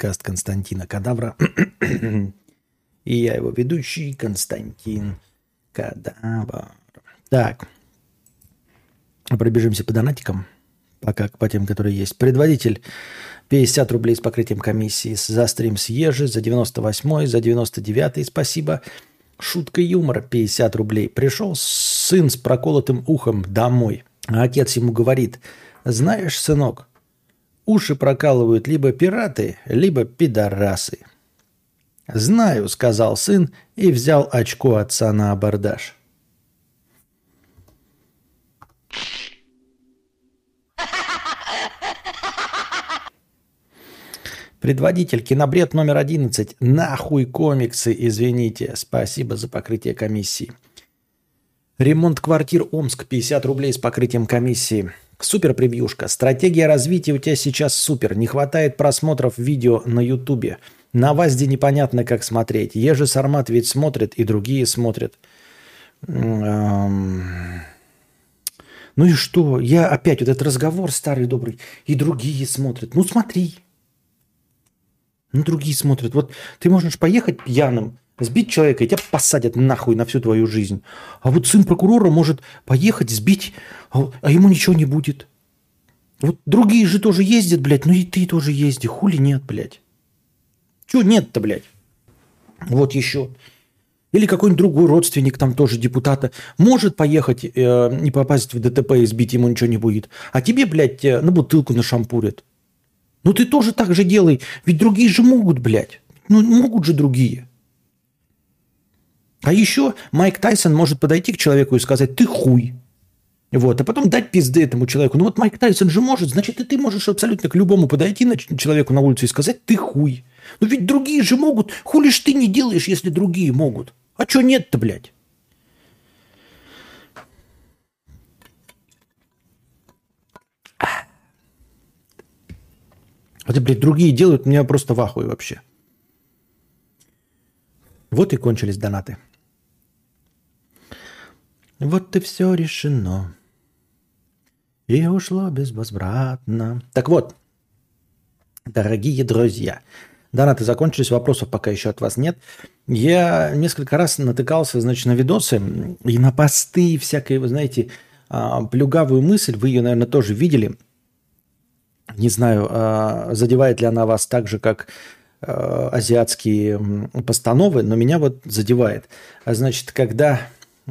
подкаст Константина Кадавра. И я его ведущий Константин Кадавр. Так, пробежимся по донатикам, пока по тем, которые есть. Предводитель 50 рублей с покрытием комиссии за стрим с Ежи, за 98-й, за 99-й, спасибо. Шутка юмора 50 рублей. Пришел сын с проколотым ухом домой, а отец ему говорит: знаешь, сынок, уши прокалывают либо пираты, либо пидорасы. «Знаю», — сказал сын и взял очко отца на абордаж. Предводитель, кинобред номер 11. Нахуй комиксы, извините. Спасибо за покрытие комиссии. Ремонт квартир Омск, 50 рублей с покрытием комиссии. Супер превьюшка. Стратегия развития у тебя сейчас супер. Не хватает просмотров видео на Ютубе. На ВАЗде непонятно, как смотреть. Ежи Сармат ведь смотрит, и другие смотрят. Ну и что? Я опять вот этот разговор старый добрый. И другие смотрят. Ну смотри. Ну другие смотрят. Вот ты можешь поехать пьяным, сбить человека, и тебя посадят нахуй на всю твою жизнь. А вот сын прокурора может поехать, сбить, а ему ничего не будет. Вот другие же тоже ездят, блядь, ну и ты тоже езди. Хули нет, блядь. Чего нет-то, блядь? Вот еще. Или какой-нибудь другой родственник, там тоже депутата, может поехать, не попасть в ДТП и сбить, ему ничего не будет. А тебе, блядь, на бутылку нашампурят. Ну ты тоже так же делай. Ведь другие же могут, блядь. Ну могут же другие. А еще Майк Тайсон может подойти к человеку и сказать: ты хуй. Вот, а потом дать пизды этому человеку. Ну вот Майк Тайсон же может, значит и ты можешь абсолютно к любому подойти человеку на улицу и сказать: ты хуй. Ну ведь другие же могут. Хули ж ты не делаешь, если другие могут? А что нет-то, блядь? Это, блядь, другие делают, меня просто в ахуе вообще. Вот и кончились донаты. Вот и все решено. И ушло безвозвратно. Так вот, дорогие друзья, донаты закончились, вопросов пока еще от вас нет. Я несколько раз натыкался, значит, на видосы и на посты всякой, вы знаете, плюгавую мысль, вы ее, наверное, тоже видели. Не знаю, задевает ли она вас так же, как азиатские постановы, но меня вот задевает. Значит, когда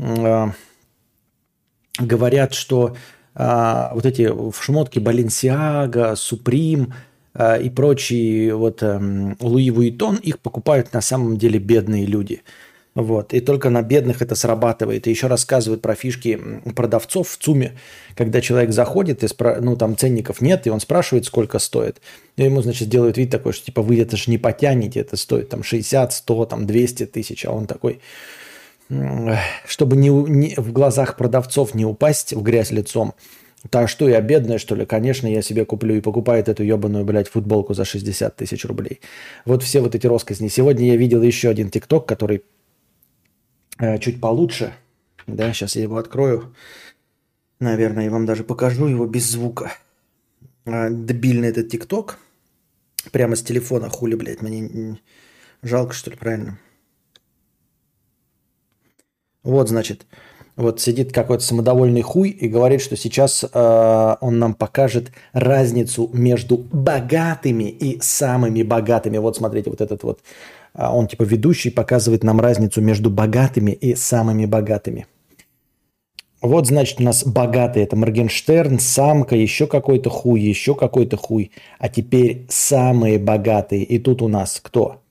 говорят, что вот эти шмотки Balenciaga, Supreme и прочие вот Луи Вуиттон, их покупают на самом деле бедные люди. Вот. И только на бедных это срабатывает. И еще рассказывают про фишки продавцов в ЦУМе, когда человек заходит, и ну там ценников нет, и он спрашивает, сколько стоит. И ему, значит, делают вид такой, что типа вы это же не потянете, это стоит там 60, 100, там 200 тысяч. А он такой, чтобы в глазах продавцов не упасть в грязь лицом. Так что я бедная, что ли? Конечно, я себе куплю и покупает эту ебаную, блядь, футболку за 60 тысяч рублей. Вот все вот эти россказни. Сегодня я видел еще один ТикТок, который чуть получше. Да, сейчас я его открою. Наверное, я вам даже покажу его без звука. Дебильный этот ТикТок. Прямо с телефона, хули, блядь. Мне жалко, что ли, правильно? Вот, значит, вот сидит какой-то самодовольный хуй и говорит, что сейчас он нам покажет разницу между богатыми и самыми богатыми. Вот, смотрите, вот этот вот. Он типа ведущий показывает нам разницу между богатыми и самыми богатыми. Вот, значит, у нас богатые. Это Моргенштерн, Самка, еще какой-то хуй, еще какой-то хуй. А теперь самые богатые. И тут у нас кто?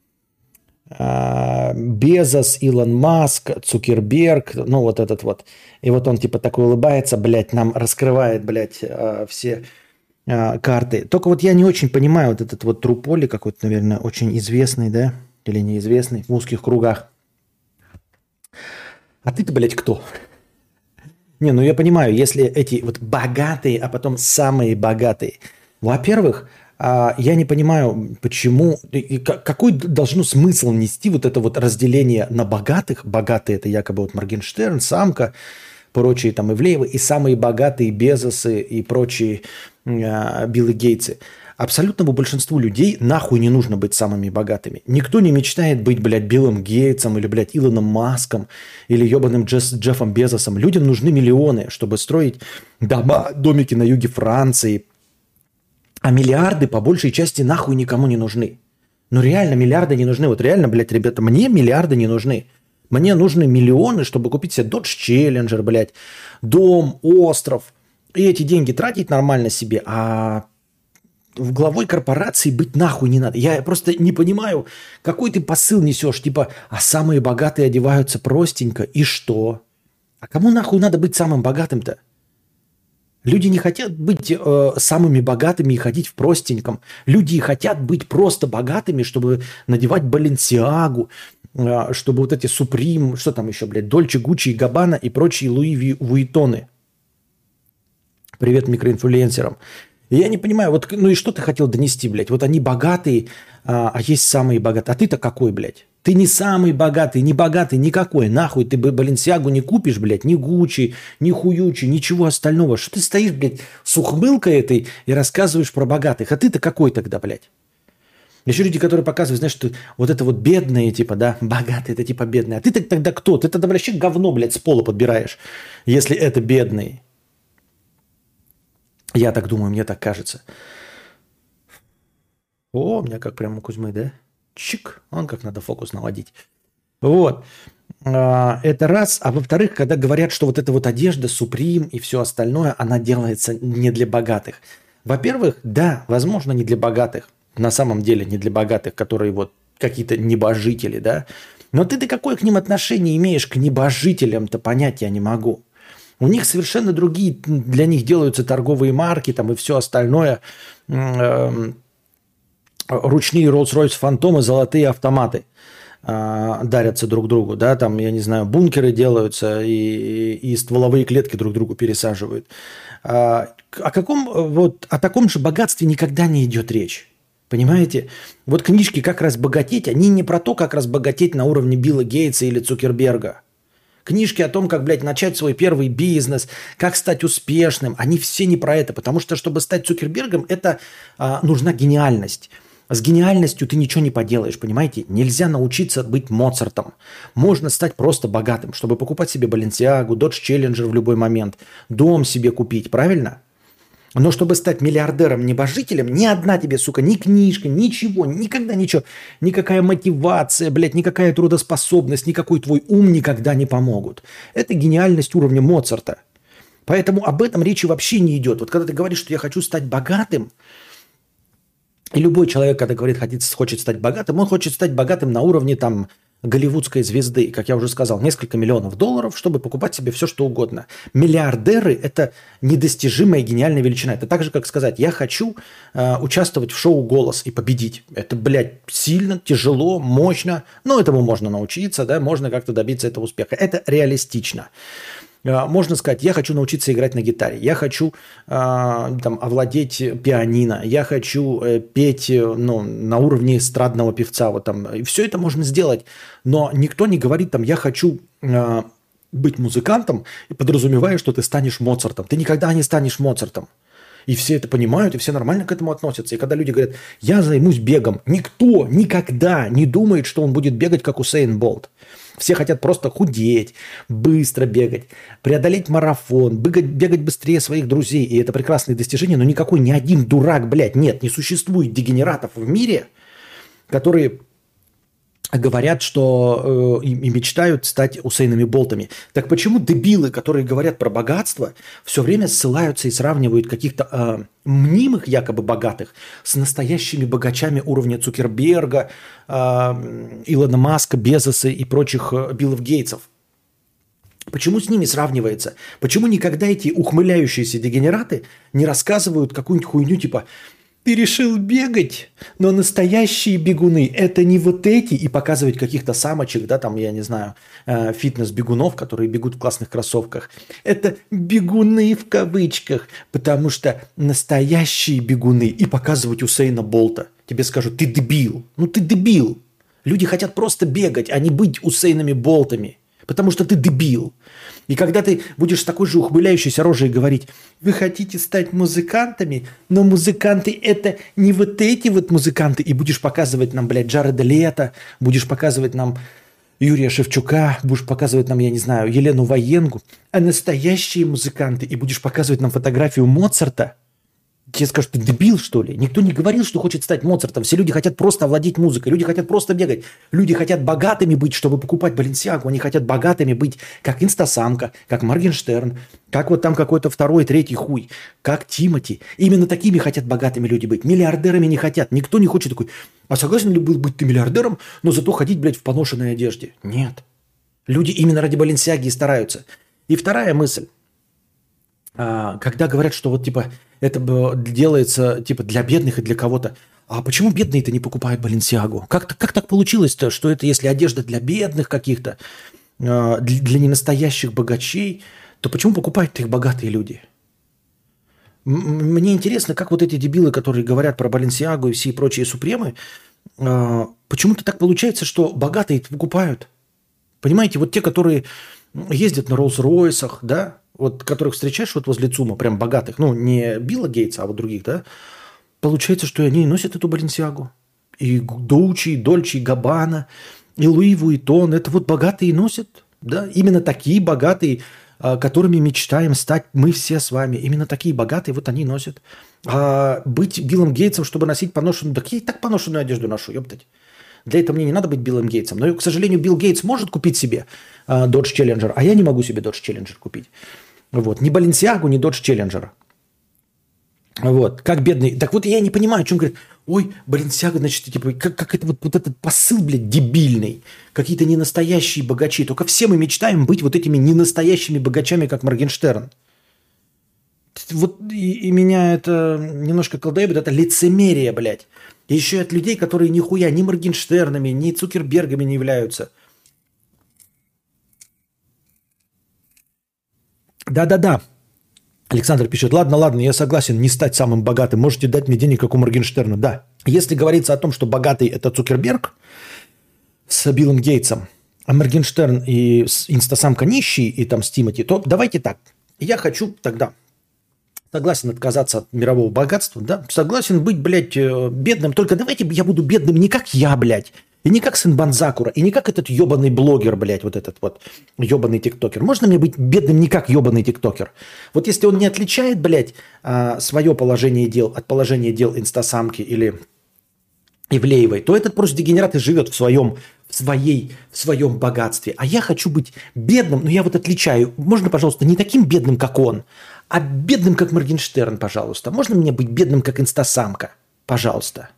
Безос, Илон Маск, Цукерберг, ну вот этот вот. И вот он типа такой улыбается, блядь, нам раскрывает, блядь, все карты. Только вот я не очень понимаю вот этот вот Труполи какой-то, наверное, очень известный, да? Или неизвестный в узких кругах. А ты-то, блядь, кто? Не, ну я понимаю, если эти вот богатые, а потом самые богатые. Во-первых, я не понимаю, почему, какой должно смысл нести вот это вот разделение на богатых. Богатые – это якобы вот Моргенштерн, Самка, прочие там Ивлеевы, и самые богатые Безосы и прочие Биллы Гейтсы. Абсолютному большинству людей нахуй не нужно быть самыми богатыми. Никто не мечтает быть, блядь, Биллом Гейтсом или, блядь, Илоном Маском или ебаным Джеффом Безосом. Людям нужны миллионы, чтобы строить дома, домики на юге Франции. А миллиарды по большей части нахуй никому не нужны. Ну реально миллиарды не нужны. Вот реально, блядь, ребята, мне миллиарды не нужны. Мне нужны миллионы, чтобы купить себе Dodge Challenger, блядь, дом, остров. И эти деньги тратить нормально себе, а в главой корпорации быть нахуй не надо. Я просто не понимаю, какой ты посыл несешь. Типа, а самые богатые одеваются простенько. И что? А кому нахуй надо быть самым богатым-то? Люди не хотят быть самыми богатыми и ходить в простеньком. Люди хотят быть просто богатыми, чтобы надевать Баленсиагу, чтобы вот эти Суприм, что там еще, блядь, Дольче, Гуччи и Габбана и прочие Луи Вуиттоны. Привет микроинфлюенсерам. И я не понимаю, вот, ну и что ты хотел донести, блядь? Вот они богатые, а есть самые богатые. А ты-то какой, блядь? Ты не самый богатый, не богатый никакой. Нахуй ты Баленсиагу не купишь, блядь, ни Гуччи, ни Хуючи, ничего остального. Что ты стоишь, блядь, с ухмылкой этой и рассказываешь про богатых? А ты-то какой тогда, блядь? Еще люди, которые показывают, знаешь, что вот это вот бедные, типа, да, богатые, это типа бедные. А ты тогда кто? Ты тогда вообще говно, блядь, с пола подбираешь, если это бедные. Я так думаю, мне так кажется. О, у меня как прямо у Кузьмы, да? Чик, он как надо фокус наводить. Вот. Это раз. А во-вторых, когда говорят, что вот эта вот одежда, Supreme и все остальное, она делается не для богатых. Во-первых, да, возможно, не для богатых. На самом деле не для богатых, которые вот какие-то небожители, да. Но ты какое к ним отношение имеешь, к небожителям-то понять я не могу. У них совершенно другие, для них делаются торговые марки там и все остальное. Ручные Rolls-Royce фантомы, золотые автоматы дарятся друг другу. Да, там, я не знаю, бункеры делаются и стволовые клетки друг другу пересаживают. О таком же богатстве никогда не идет речь. Понимаете? Вот книжки «Как разбогатеть», они не про то, как разбогатеть на уровне Билла Гейтса или Цукерберга. Книжки о том, как, блядь, начать свой первый бизнес, как стать успешным, они все не про это. Потому что, чтобы стать Цукербергом, это нужна гениальность. С гениальностью ты ничего не поделаешь, понимаете? Нельзя научиться быть Моцартом. Можно стать просто богатым, чтобы покупать себе Баленсиагу, Dodge Challenger в любой момент, дом себе купить, правильно? Но чтобы стать миллиардером-небожителем, ни одна тебе, сука, ни книжка, ничего, никогда ничего, никакая мотивация, блядь, никакая трудоспособность, никакой твой ум никогда не помогут. Это гениальность уровня Моцарта. Поэтому об этом речи вообще не идет. Вот когда ты говоришь, что я хочу стать богатым, и любой человек, когда говорит, хочет стать богатым, он хочет стать богатым на уровне там голливудской звезды, как я уже сказал, несколько миллионов долларов, чтобы покупать себе все, что угодно. Миллиардеры – это недостижимая гениальная величина. Это так же, как сказать, я хочу участвовать в шоу «Голос» и победить. Это, блядь, сильно, тяжело, мощно, но этому можно научиться, да, можно как-то добиться этого успеха. Это реалистично. Можно сказать, я хочу научиться играть на гитаре, я хочу там, овладеть пианино, я хочу петь на уровне эстрадного певца. Вот, там. И все это можно сделать, но никто не говорит, там, я хочу быть музыкантом, и подразумевая, что ты станешь Моцартом. Ты никогда не станешь Моцартом. И все это понимают, и все нормально к этому относятся. И когда люди говорят, я займусь бегом, никто никогда не думает, что он будет бегать, как Усейн Болт. Все хотят просто худеть, быстро бегать, преодолеть марафон, бегать быстрее своих друзей. И это прекрасные достижения, но никакой ни один дурак, блядь, нет, не существует дегенератов в мире, которые говорят, что и мечтают стать Усейнами Болтами. Так почему дебилы, которые говорят про богатство, все время ссылаются и сравнивают каких-то мнимых якобы богатых с настоящими богачами уровня Цукерберга, Илона Маска, Безоса и прочих Биллов Гейтсов? Почему с ними сравнивается? Почему никогда эти ухмыляющиеся дегенераты не рассказывают какую-нибудь хуйню типа «Ты решил бегать, но настоящие бегуны – это не вот эти», и показывать каких-то самочек, да, там, я не знаю, фитнес-бегунов, которые бегут в классных кроссовках. Это бегуны в кавычках, потому что настоящие бегуны. И показывать Усейна Болта. Тебе скажут, ты дебил. Ну ты дебил. Люди хотят просто бегать, а не быть Усейнами Болтами. Потому что ты дебил. И когда ты будешь с такой же ухмыляющейся рожей говорить, вы хотите стать музыкантами, но музыканты это не вот эти вот музыканты, и будешь показывать нам, блядь, Джареда Лето, будешь показывать нам Юрия Шевчука, будешь показывать нам, я не знаю, Елену Военгу, а настоящие музыканты, и будешь показывать нам фотографию Моцарта, тебе скажут, ты дебил, что ли? Никто не говорил, что хочет стать Моцартом. Все люди хотят просто овладеть музыкой. Люди хотят просто бегать. Люди хотят богатыми быть, чтобы покупать Баленсиагу. Они хотят богатыми быть, как Инстасамка, как Моргенштерн, как вот там какой-то второй, третий хуй, как Тимати. Именно такими хотят богатыми люди быть. Миллиардерами не хотят. Никто не хочет такой, а согласен ли был быть ты миллиардером, но зато ходить, блядь, в поношенной одежде? Нет. Люди именно ради Баленсиаги и стараются. И вторая мысль. Когда говорят, что вот типа это делается типа для бедных и для кого-то. А почему бедные-то не покупают Баленсиагу? Как так получилось-то, что это если одежда для бедных каких-то, для ненастоящих богачей, то почему покупают их богатые люди? Мне интересно, как вот эти дебилы, которые говорят про Баленсиагу и все прочие супремы, почему-то так получается, что богатые покупают. Понимаете, вот те, которые ездят на Роллс-Ройсах, да, вот которых встречаешь вот возле ЦУМа, прям богатых, ну, не Билла Гейтса, а вот других, да, получается, что они носят эту Баленсиагу. И Доучи, и Дольче, и Габбана, и Луи Вуиттон, это вот богатые носят, да, именно такие богатые, которыми мечтаем стать мы все с вами, именно такие богатые вот они носят. А быть Биллом Гейтсом, чтобы носить поношенную, так я и так поношенную одежду ношу, ёптать. Для этого мне не надо быть Биллом Гейтсом. Но, к сожалению, Билл Гейтс может купить себе Dodge Challenger, а я не могу себе Dodge Challenger купить. Вот. Ни Баленсиагу, ни Dodge Challenger. Вот. Как бедный. Так вот я не понимаю, о чем говорит. Ой, Баленсиага, значит, типа, как это вот этот посыл, блядь, дебильный. Какие-то ненастоящие богачи. Только все мы мечтаем быть вот этими ненастоящими богачами, как Моргенштерн. Вот и меня это немножко колдоебит. Это лицемерие, блядь. И еще и от людей, которые нихуя ни Моргенштернами, ни Цукербергами не являются. Да-да-да. Александр пишет, ладно, я согласен не стать самым богатым. Можете дать мне денег, как у Моргенштерна. Да. Если говорится о том, что богатый – это Цукерберг с Биллом Гейтсом, а Моргенштерн и Инстасамка нищий, и там с Тимати, то давайте так. Я хочу тогда согласен отказаться от мирового богатства, да, согласен быть, блядь, бедным, только давайте я буду бедным не как я, блядь, и не как сын Банзакура, и не как этот ебаный блогер, блядь, вот этот вот ебаный тиктокер. Можно мне быть бедным не как ебаный тиктокер? Вот если он не отличает, блядь, свое положение дел от положения дел Инстасамки или Ивлеевой, то этот просто дегенерат и живет в своем богатстве. А я хочу быть бедным, но я вот отличаю. Можно, пожалуйста, не таким бедным, как он, а бедным, как Моргенштерн, пожалуйста. Можно мне быть бедным, как Инстасамка? Пожалуйста.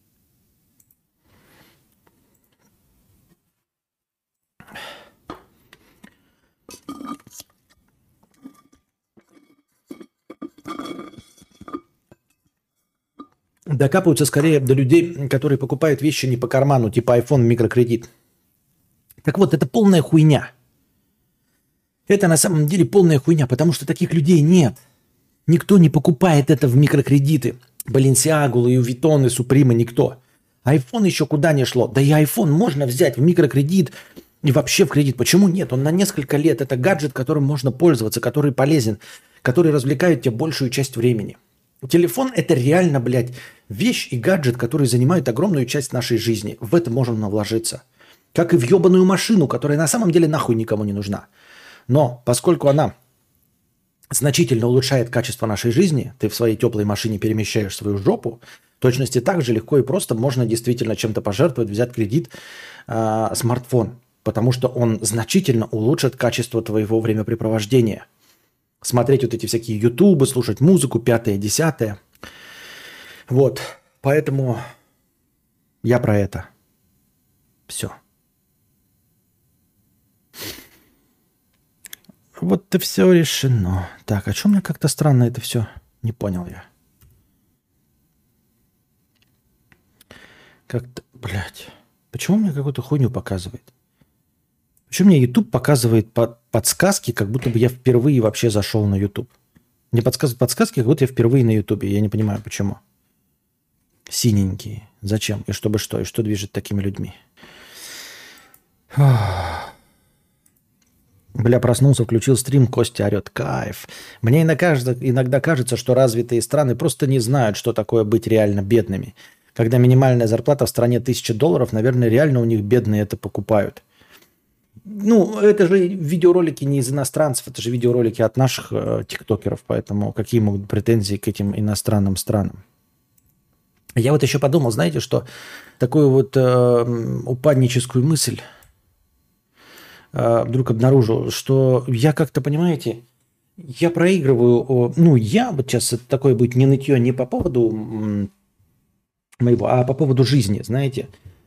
Докапываются скорее до людей, которые покупают вещи не по карману, типа iPhone, микрокредит. Так вот, это полная хуйня. Это на самом деле полная хуйня, потому что таких людей нет. Никто не покупает это в микрокредиты. Баленсиагу, Луи Виттон и Суприма никто. Айфон еще куда не шло. Да и айфон можно взять в микрокредит и вообще в кредит. Почему нет? Он на несколько лет. Это гаджет, которым можно пользоваться, который полезен, который развлекает тебя большую часть времени. Телефон – это реально, блядь, вещь и гаджет, который занимает огромную часть нашей жизни. В это можно вложиться. Как и в ебаную машину, которая на самом деле нахуй никому не нужна. Но поскольку она значительно улучшает качество нашей жизни, ты в своей теплой машине перемещаешь свою жопу, в точности так же легко и просто можно действительно чем-то пожертвовать, взять кредит, смартфон, потому что он значительно улучшит качество твоего времяпрепровождения. Смотреть вот эти всякие ютубы, слушать музыку, 5-е, 10-е. Вот, поэтому я про это. Все. Вот и все решено. Так, а что мне как-то странно это все? Не понял я. Как-то, блядь. Почему мне какую-то хуйню показывает? Почему мне YouTube показывает подсказки, как будто бы я впервые вообще зашел на YouTube? Мне подсказывают подсказки, как будто я впервые на YouTube. Я не понимаю, почему. Синенькие. Зачем? И чтобы что? И что движет такими людьми? Бля, проснулся, включил стрим, Костя орет. Кайф. Мне иногда кажется, что развитые страны просто не знают, что такое быть реально бедными. Когда минимальная зарплата в стране $1000, наверное, реально у них бедные это покупают. Ну, это же видеоролики не из иностранцев, это же видеоролики от наших тиктокеров, поэтому какие могут быть претензии к этим иностранным странам? Я вот еще подумал, знаете, что такую вот упадническую мысль вдруг обнаружил, что я как-то, понимаете, я проигрываю, ну, я вот сейчас это такое будет не нытье не по поводу моего, а по поводу жизни, знаете.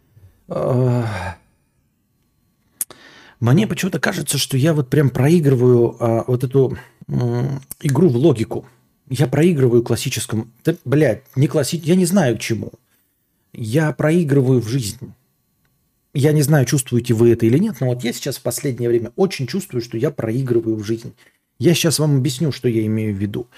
Мне почему-то кажется, что я вот прям проигрываю вот эту игру в логику. Я проигрываю классическому, да, блядь, не я не знаю к чему. Я проигрываю в жизнь. Я не знаю, чувствуете вы это или нет, но вот я сейчас в последнее время очень чувствую, что я проигрываю в жизнь. Я сейчас вам объясню, что я имею в виду.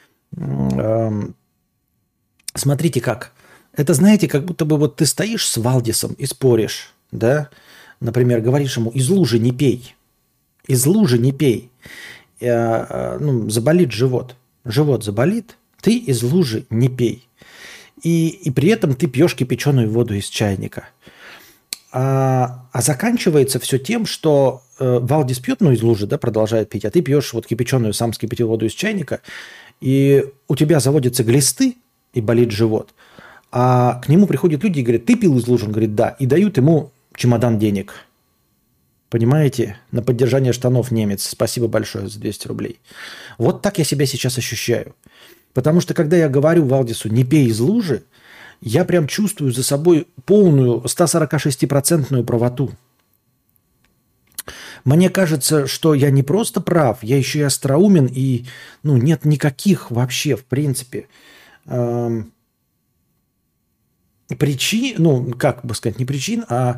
Смотрите как. Это, знаете, как будто бы вот ты стоишь с Валдисом и споришь, да? Например, говоришь ему, из лужи не пей. Из лужи не пей. Ну, заболит живот. Живот заболит, ты из лужи не пей. И при этом ты пьешь кипяченую воду из чайника. А заканчивается все тем, что Валдис пьет, ну, из лужи, да, продолжает пить, а ты пьешь вот кипяченую, сам скипятил воду из чайника, и у тебя заводятся глисты, и болит живот. А к нему приходят люди и говорят, ты пил из лужи? Он говорит, да. И дают ему чемодан денег. Понимаете? На поддержание штанов немец. Спасибо большое за 200 рублей. Вот так я себя сейчас ощущаю. Потому что когда я говорю Валдису «не пей из лужи», я прям чувствую за собой полную 146% правоту. Мне кажется, что я не просто прав, я еще и остроумен, и ну, нет никаких вообще, в принципе, причин, ну, как бы сказать, не причин, а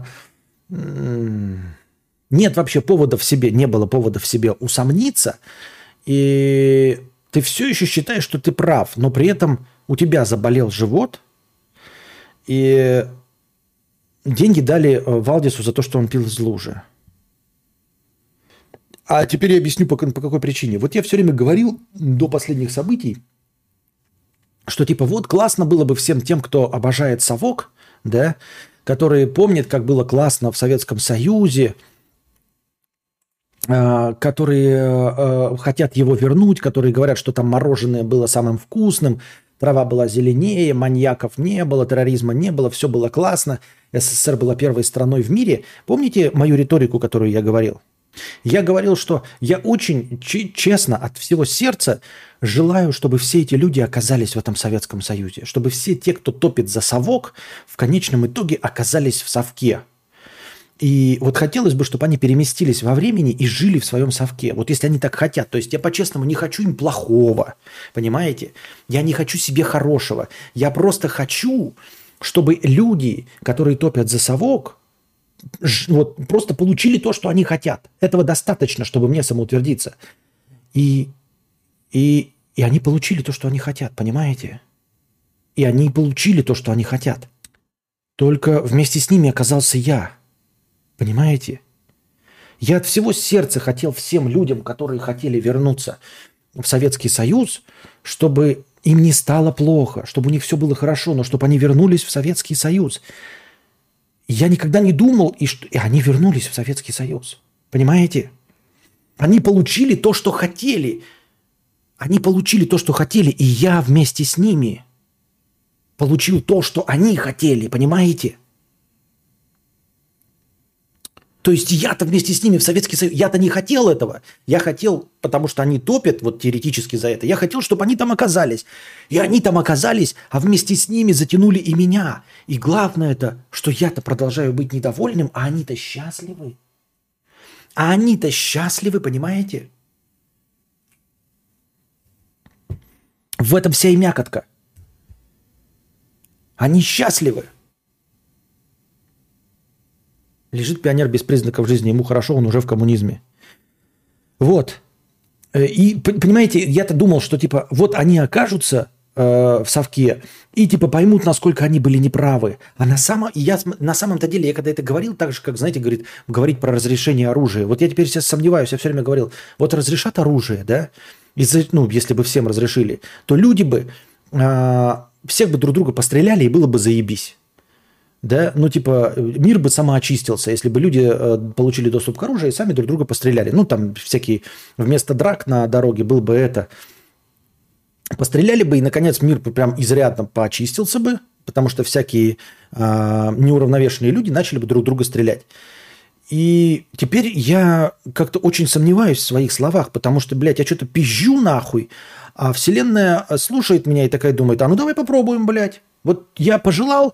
нет вообще повода в себе, не было повода в себе усомниться, и ты все еще считаешь, что ты прав, но при этом у тебя заболел живот, и деньги дали Валдису за то, что он пил из лужи. А теперь я объясню, по какой причине. Вот я все время говорил до последних событий, что типа вот классно было бы всем тем, кто обожает совок, да, которые помнят, как было классно в Советском Союзе, которые хотят его вернуть, которые говорят, что там мороженое было самым вкусным, трава была зеленее, маньяков не было, терроризма не было, все было классно, СССР была первой страной в мире. Помните мою риторику, которую я говорил? Я говорил, что я очень честно от всего сердца желаю, чтобы все эти люди оказались в этом Советском Союзе, чтобы все те, кто топит за совок, в конечном итоге оказались в совке. И вот хотелось бы, чтобы они переместились во времени и жили в своем совке. Вот если они так хотят. То есть я по-честному не хочу им плохого. Понимаете? Я не хочу себе хорошего. Я просто хочу, чтобы люди, которые топят за совок, вот просто получили то, что они хотят. Этого достаточно, чтобы мне самоутвердиться. И они получили то, что они хотят. Понимаете? И они получили то, что они хотят. Только вместе с ними оказался я. Понимаете? Я от всего сердца хотел всем людям, которые хотели вернуться в Советский Союз, чтобы им не стало плохо, чтобы у них все было хорошо, но чтобы они вернулись в Советский Союз. Я никогда не думал, и они вернулись в Советский Союз. Понимаете? Они получили то, что хотели. Они получили то, что хотели, и я вместе с ними получил то, что они хотели. Понимаете? То есть я-то вместе с ними в Советский Союз, я-то не хотел этого. Я хотел, потому что они топят вот теоретически за это, я хотел, чтобы они там оказались. И они там оказались, а вместе с ними затянули и меня. И главное это, что я-то продолжаю быть недовольным, а они-то счастливы. А они-то счастливы, понимаете? В этом вся и мякотка. Они счастливы. Лежит пионер без признаков жизни, ему хорошо, он уже в коммунизме. Вот. И, понимаете, я-то думал, что типа вот они окажутся в совке и типа поймут, насколько они были неправы. А на самом-то деле, я когда это говорил, так же, как, знаете, говорить про разрешение оружия. Вот я теперь сейчас сомневаюсь, я все время говорил, вот разрешат оружие, да, если бы всем разрешили, то люди бы, всех бы друг друга постреляли и было бы заебись. Да, ну типа мир бы самоочистился, если бы люди получили доступ к оружию и сами друг друга постреляли. Ну там всякие, вместо драк на дороге был бы это. Постреляли бы, и, наконец, мир прям изрядно поочистился бы, потому что всякие неуравновешенные люди начали бы друг друга стрелять. И теперь я как-то очень сомневаюсь в своих словах, потому что, блядь, я что-то пизжу нахуй, а вселенная слушает меня и такая думает, а ну давай попробуем, блядь. Вот я пожелал,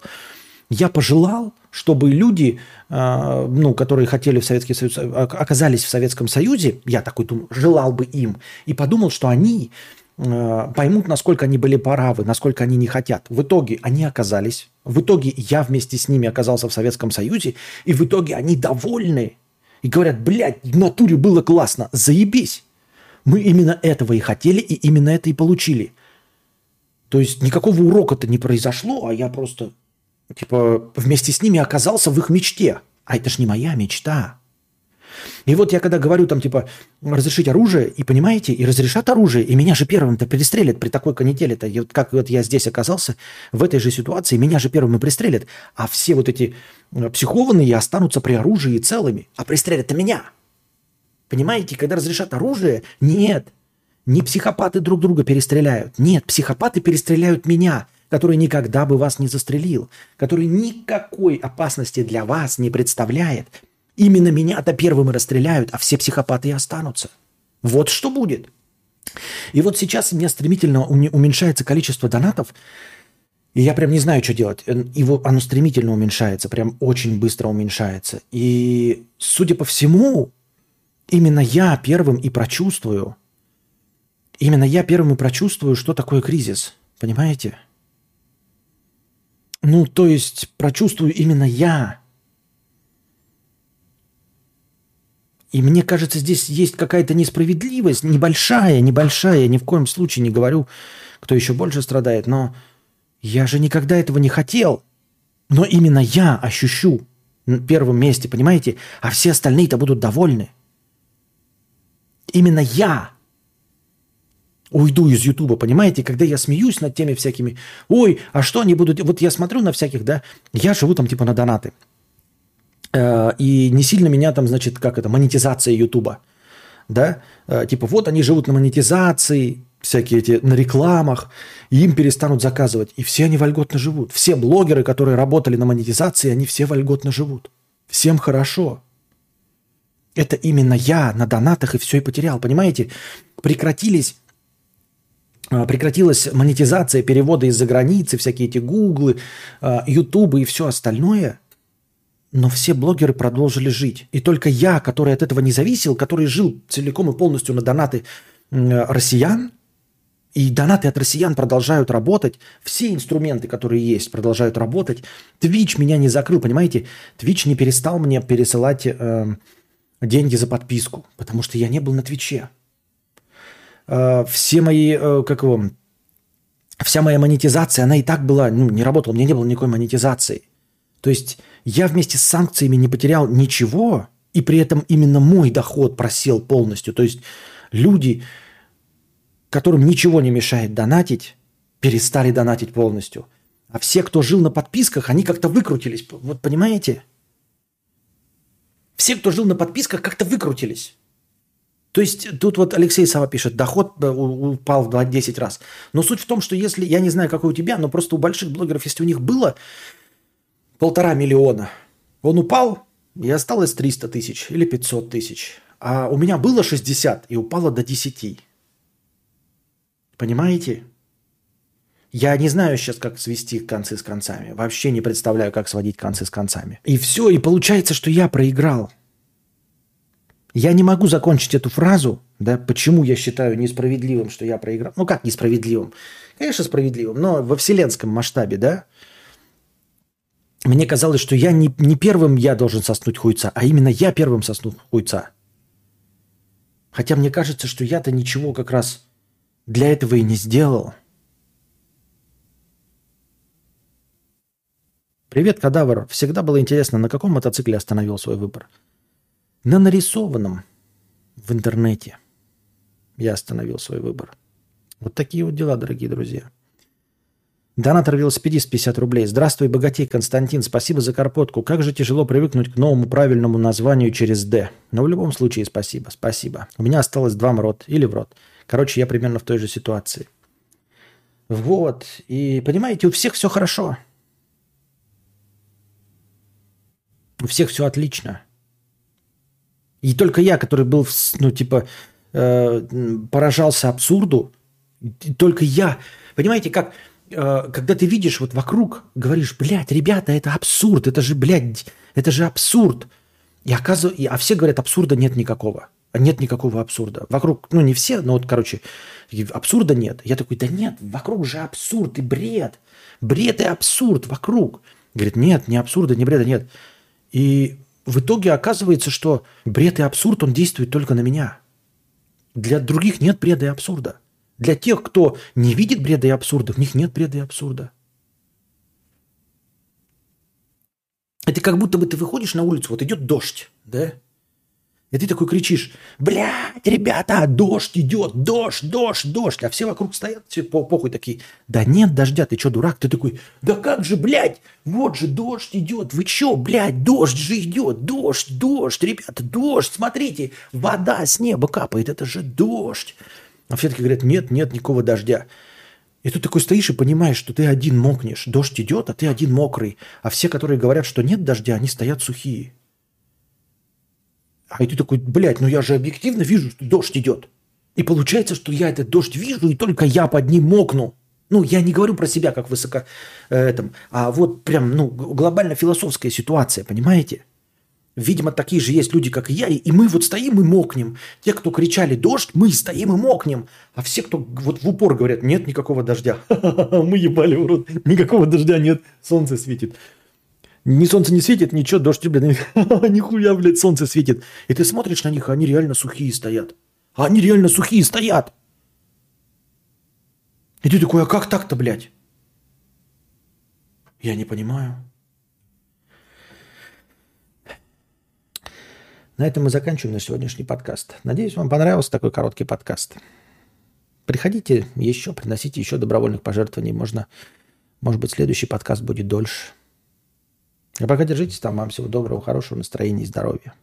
чтобы люди, которые хотели в Советский Союз, оказались в Советском Союзе, я такой думаю, желал бы им, и подумал, что они поймут, насколько они были правы, насколько они не хотят. В итоге они оказались, в итоге я вместе с ними оказался в Советском Союзе, и в итоге они довольны и говорят, блядь, в натуре было классно, заебись. Мы именно этого и хотели, и именно это и получили. То есть никакого урока-то не произошло, а я просто типа вместе с ними оказался в их мечте. А это ж не моя мечта. И вот я когда говорю там типа разрешить оружие, и понимаете, и разрешат оружие, и меня же первым-то пристрелят при такой канители-то. И вот как вот я здесь оказался, в этой же ситуации, меня же первым и пристрелят. А все вот эти психованные останутся при оружии и целыми. А пристрелят-то меня. Понимаете, когда разрешат оружие, нет, не психопаты друг друга перестреляют. Нет, психопаты перестреляют меня, который никогда бы вас не застрелил, который никакой опасности для вас не представляет. Именно меня-то первым и расстреляют, а все психопаты и останутся. Вот что будет. И вот сейчас у меня стремительно уменьшается количество донатов, и я прям не знаю, что делать. Оно стремительно уменьшается, прям очень быстро уменьшается. И, судя по всему, именно я первым и прочувствую, что такое кризис. Понимаете? Ну, то есть прочувствую именно я. И мне кажется, здесь есть какая-то несправедливость, небольшая, ни в коем случае не говорю, кто еще больше страдает, но я же никогда этого не хотел. Но именно я ощущу на первом месте, понимаете? А все остальные-то будут довольны. Именно я уйду из Ютуба, понимаете? Когда я смеюсь над теми всякими, ой, а что они будут... Вот я смотрю на всяких, да, я живу там типа на донаты. И не сильно меня там, значит, монетизация Ютуба, да, типа вот они живут на монетизации, всякие эти, на рекламах, и им перестанут заказывать, и все они вольготно живут. Все блогеры, которые работали на монетизации, они все вольготно живут. Всем хорошо. Это именно я на донатах и все и потерял, понимаете? Прекратилась монетизация, переводы из-за границы, всякие эти гуглы, ютубы и все остальное. Но все блогеры продолжили жить. И только я, который от этого не зависел, который жил целиком и полностью на донаты россиян, и донаты от россиян продолжают работать, все инструменты, которые есть, продолжают работать. Twitch меня не закрыл, понимаете? Twitch не перестал мне пересылать деньги за подписку, потому что я не был на Твиче. Вся моя монетизация, она и так была, не работала, у меня не было никакой монетизации. То есть я вместе с санкциями не потерял ничего, и при этом именно мой доход просел полностью. То есть люди, которым ничего не мешает донатить, перестали донатить полностью. А все, кто жил на подписках, они как-то выкрутились. Вот понимаете? Все, кто жил на подписках, как-то выкрутились. То есть тут вот Алексей Сава пишет, доход упал в 10 раз. Но суть в том, что если, я не знаю, какой у тебя, но просто у больших блогеров, если у них было 1,5 миллиона, он упал, и осталось 300 тысяч или 500 тысяч. А у меня было 60 и упало до 10. Понимаете? Я не знаю сейчас, как свести концы с концами. Вообще не представляю, как сводить концы с концами. И все, и получается, что я проиграл. Я не могу закончить эту фразу, да, почему я считаю несправедливым, что я проиграл. Ну как несправедливым? Конечно, справедливым, но во вселенском масштабе, да. Мне казалось, что я не первым я должен соснуть хуйца, а именно я первым сосну хуйца. Хотя мне кажется, что я-то ничего как раз для этого и не сделал. Привет, кадавр. Всегда было интересно, на каком мотоцикле остановил свой выбор? На нарисованном в интернете я остановил свой выбор. Вот такие вот дела, дорогие друзья. Донатор велосипедист 50 рублей. Здравствуй, богатей Константин. Спасибо за карпотку. Как же тяжело привыкнуть к новому правильному названию через «Д». Но в любом случае спасибо. Спасибо. У меня осталось 2 мрот или в рот. Короче, я примерно в той же ситуации. Вот. И понимаете, у всех все хорошо. У всех все отлично. И только я, который был, поражался абсурду, только я. Понимаете, как, когда ты видишь вот вокруг, говоришь, блядь, ребята, это абсурд, это же, блядь, это же абсурд. А все говорят, абсурда нет никакого. Нет никакого абсурда. Вокруг, не все, но вот, короче, абсурда нет. Я такой, да нет, вокруг же абсурд и бред. Бред и абсурд вокруг. Говорит, нет, ни абсурда, ни бреда нет. И в итоге оказывается, что бред и абсурд, он действует только на меня. Для других нет бреда и абсурда. Для тех, кто не видит бреда и абсурда, в них нет бреда и абсурда. Это как будто бы ты выходишь на улицу, вот идет дождь, да? И ты такой кричишь, блядь, ребята, дождь идет, дождь, дождь, дождь. А все вокруг стоят, все похуй такие, да нет дождя, ты что, дурак? Ты такой, да как же, блядь, вот же дождь идет, вы что, блядь, дождь же идет, дождь, дождь, ребята, дождь, смотрите, вода с неба капает, это же дождь. А все таки говорят, нет, нет никакого дождя. И ты такой стоишь и понимаешь, что ты один мокнешь, дождь идет, а ты один мокрый. А все, которые говорят, что нет дождя, они стоят сухие. А ты такой, блядь, я же объективно вижу, что дождь идет. И получается, что я этот дождь вижу, и только я под ним мокну. Я не говорю про себя как а вот прям, глобально философская ситуация, понимаете? Видимо, такие же есть люди, как и я, и мы вот стоим и мокнем. Те, кто кричали «дождь», мы стоим и мокнем. А все, кто вот в упор говорят «нет никакого дождя», мы ебали в рот, никакого дождя нет, солнце светит. Ни солнце не светит, ничего, дождь, блядь, нихуя, блядь, солнце светит. И ты смотришь на них, а они реально сухие стоят. Они реально сухие стоят. И ты такой, а как так-то, блядь? Я не понимаю. На этом мы заканчиваем наш сегодняшний подкаст. Надеюсь, вам понравился такой короткий подкаст. Приходите еще, приносите еще добровольных пожертвований. Может быть, следующий подкаст будет дольше. А пока держитесь там. Вам всего доброго, хорошего настроения и здоровья.